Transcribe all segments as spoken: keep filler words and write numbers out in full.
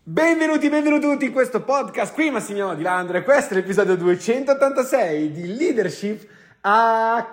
Benvenuti, benvenuti in questo podcast. Qui Massimiliano Di Landro e questo è l'episodio duecentottantasei di Leadership a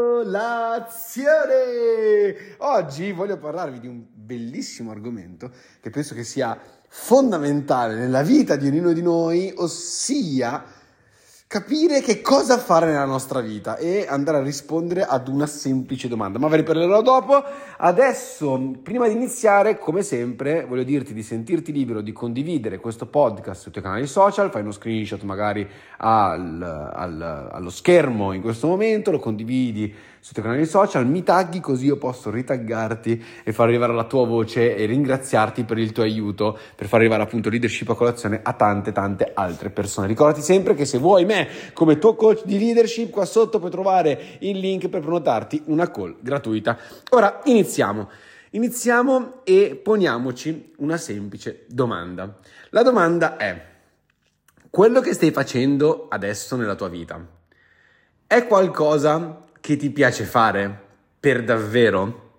colazione. Oggi voglio parlarvi di un bellissimo argomento che penso che sia fondamentale nella vita di ognuno di noi, ossia capire che cosa fare nella nostra vita e andare a rispondere ad una semplice domanda. Ma ve ne parlerò dopo. Adesso, prima di iniziare, come sempre, voglio dirti di sentirti libero di condividere questo podcast sui tuoi canali social. Fai uno screenshot magari al, al, allo schermo in questo momento, lo condividi sui tuoi canali social, mi tagli così io posso ritaggarti e far arrivare la tua voce e ringraziarti per il tuo aiuto per far arrivare appunto Leadership a colazione a tante tante altre persone. Ricordati sempre che se vuoi me come tuo coach di leadership, qua sotto puoi trovare il link per prenotarti una call gratuita. Ora iniziamo. Iniziamo e poniamoci una semplice domanda. La domanda è: quello che stai facendo adesso nella tua vita è qualcosa che ti piace fare per davvero?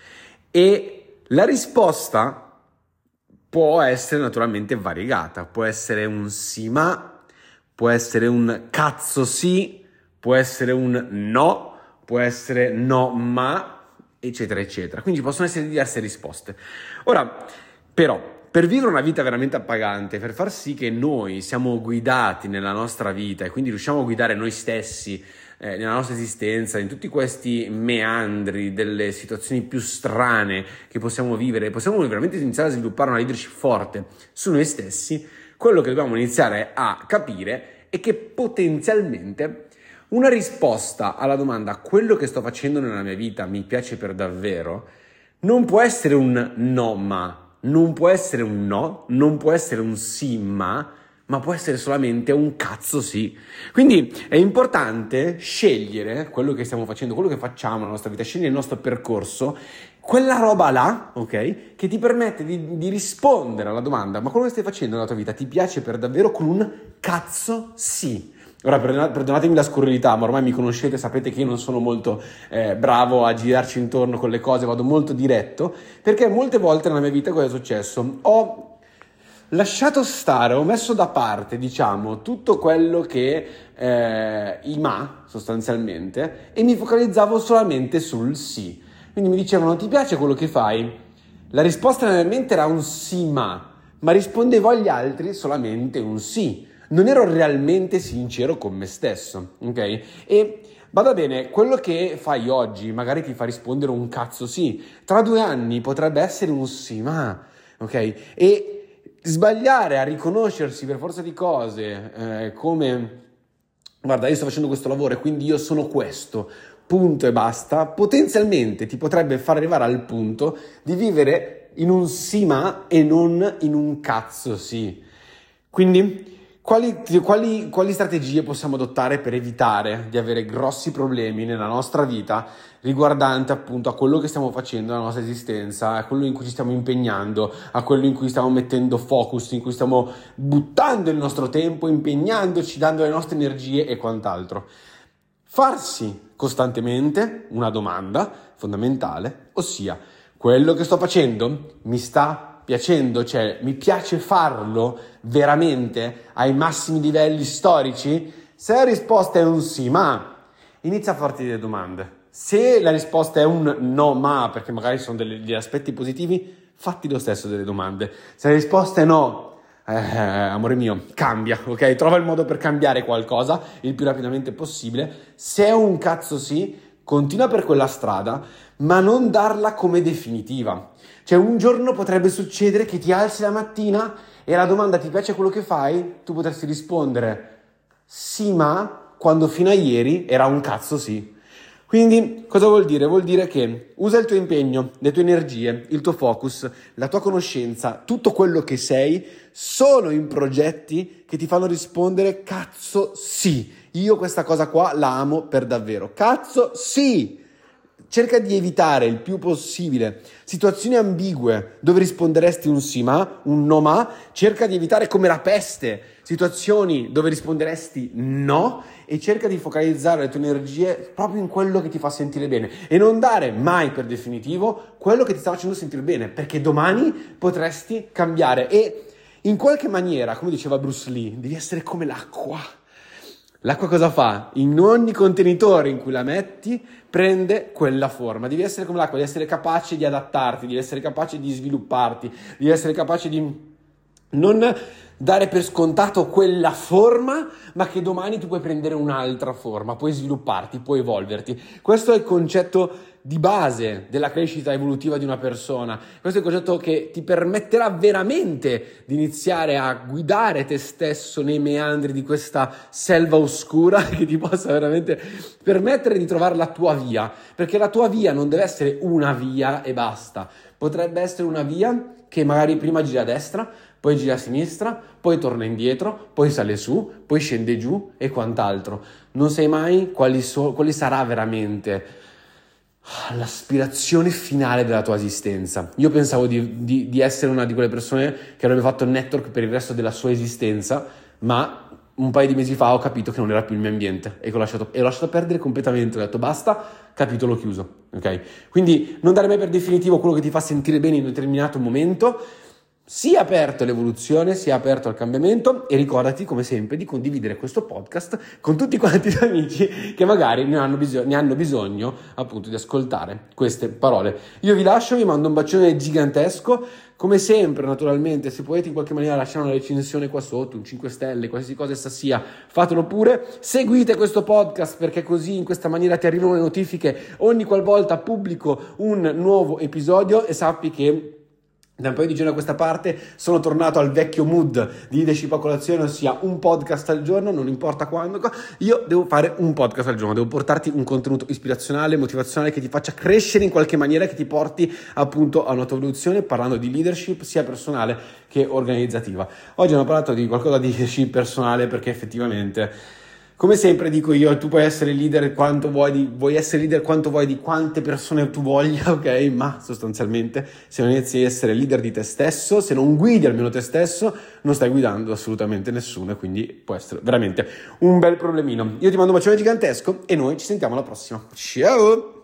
E la risposta può essere naturalmente variegata. Può essere un sì ma, può essere un cazzo sì, può essere un no, può essere no ma, eccetera eccetera. Quindi possono essere diverse risposte. Ora, però, per vivere una vita veramente appagante, per far sì che noi siamo guidati nella nostra vita e quindi riusciamo a guidare noi stessi eh, nella nostra esistenza, in tutti questi meandri delle situazioni più strane che possiamo vivere, possiamo veramente iniziare a sviluppare una leadership forte su noi stessi. Quello che dobbiamo iniziare a capire è che potenzialmente una risposta alla domanda quello che sto facendo nella mia vita mi piace per davvero non può essere un no ma, non può essere un no, non può essere un sì ma, ma può essere solamente un cazzo sì. Quindi è importante scegliere quello che stiamo facendo, quello che facciamo nella nostra vita, scegliere il nostro percorso, quella roba là, ok, che ti permette di, di rispondere alla domanda ma quello che stai facendo nella tua vita ti piace per davvero, con un cazzo sì. Ora perdonatemi la scurrilità, ma ormai mi conoscete, sapete che io non sono molto eh, bravo a girarci intorno con le cose, vado molto diretto, perché molte volte nella mia vita cosa è successo? Ho lasciato stare, ho messo da parte, diciamo, tutto quello che eh, i ma, sostanzialmente, e mi focalizzavo solamente sul sì. Quindi mi dicevano: ti piace quello che fai? La risposta nella mia mente era un sì ma, ma rispondevo agli altri solamente un sì. Non ero realmente sincero con me stesso, ok? E vada bene, quello che fai oggi magari ti fa rispondere un cazzo sì, tra due anni potrebbe essere un sì ma, ok? E sbagliare a riconoscersi per forza di cose eh, come guarda, io sto facendo questo lavoro e quindi io sono questo, punto e basta, potenzialmente ti potrebbe far arrivare al punto di vivere in un sì ma e non in un cazzo sì. Quindi Quali, quali, quali strategie possiamo adottare per evitare di avere grossi problemi nella nostra vita riguardante appunto a quello che stiamo facendo nella nostra esistenza, a quello in cui ci stiamo impegnando, a quello in cui stiamo mettendo focus, in cui stiamo buttando il nostro tempo, impegnandoci, dando le nostre energie e quant'altro? Farsi costantemente una domanda fondamentale, ossia: quello che sto facendo mi sta piacendo, cioè mi piace farlo veramente ai massimi livelli storici? Se la risposta è un sì ma, inizia a farti delle domande. Se la risposta è un no ma, perché magari sono delle, degli aspetti positivi, fatti lo stesso delle domande. Se la risposta è no, eh, amore mio, cambia, ok? Trova il modo per cambiare qualcosa il più rapidamente possibile. Se è un cazzo sì, continua per quella strada, ma non darla come definitiva. Cioè, un giorno potrebbe succedere che ti alzi la mattina e la domanda ti piace quello che fai? Tu potresti rispondere sì ma, quando fino a ieri era un cazzo sì. Quindi cosa vuol dire? Vuol dire che usa il tuo impegno, le tue energie, il tuo focus, la tua conoscenza, tutto quello che sei solo in progetti che ti fanno rispondere cazzo sì. Io questa cosa qua la amo per davvero. Cazzo sì! Cerca di evitare il più possibile situazioni ambigue dove risponderesti un sì ma, un no ma. Cerca di evitare come la peste situazioni dove risponderesti no e cerca di focalizzare le tue energie proprio in quello che ti fa sentire bene e non dare mai per definitivo quello che ti sta facendo sentire bene, perché domani potresti cambiare. E In qualche maniera, come diceva Bruce Lee, devi essere come l'acqua. L'acqua cosa fa? In ogni contenitore in cui la metti prende quella forma. Devi essere come l'acqua, devi essere capace di adattarti, devi essere capace di svilupparti, devi essere capace di non dare per scontato quella forma, ma che domani tu puoi prendere un'altra forma, puoi svilupparti, puoi evolverti. Questo è il concetto di base della crescita evolutiva di una persona. Questo è il concetto che ti permetterà veramente di iniziare a guidare te stesso nei meandri di questa selva oscura, che ti possa veramente permettere di trovare la tua via, perché la tua via non deve essere una via e basta. Potrebbe essere una via che magari prima gira a destra, poi gira a sinistra, poi torna indietro, poi sale su, poi scende giù e quant'altro. Non sai mai quali, so, quali sarà veramente l'aspirazione finale della tua esistenza. Io pensavo di, di, di essere una di quelle persone che avrebbe fatto il network per il resto della sua esistenza, ma un paio di mesi fa ho capito che non era più il mio ambiente e che ho lasciato, e ho lasciato perdere completamente. Ho detto basta, capitolo chiuso, ok? Quindi non dare mai per definitivo quello che ti fa sentire bene in un determinato momento. Sii aperto all'evoluzione, sii aperto al cambiamento e ricordati, come sempre, di condividere questo podcast con tutti quanti i tuoi amici che magari ne hanno, bisog- ne hanno bisogno appunto di ascoltare queste parole. Io vi lascio, vi mando un bacione gigantesco. Come sempre, naturalmente, se potete in qualche maniera lasciare una recensione qua sotto, un cinque stelle, qualsiasi cosa essa sia, fatelo pure. Seguite questo podcast perché così in questa maniera ti arrivano le notifiche ogni qualvolta pubblico un nuovo episodio e sappi che da un paio di giorni a questa parte sono tornato al vecchio mood di leadership a colazione, ossia un podcast al giorno, non importa quando. Io devo fare un podcast al giorno, devo portarti un contenuto ispirazionale, motivazionale che ti faccia crescere in qualche maniera, che ti porti appunto a una tua evoluzione, parlando di leadership sia personale che organizzativa. Oggi abbiamo parlato di qualcosa di leadership personale perché effettivamente, come sempre dico io, tu puoi essere leader quanto vuoi, di, vuoi essere leader quanto vuoi di quante persone tu voglia, ok? Ma sostanzialmente se non inizi a essere leader di te stesso, se non guidi almeno te stesso, non stai guidando assolutamente nessuno e quindi può essere veramente un bel problemino. Io ti mando un bacione gigantesco e noi ci sentiamo alla prossima. Ciao!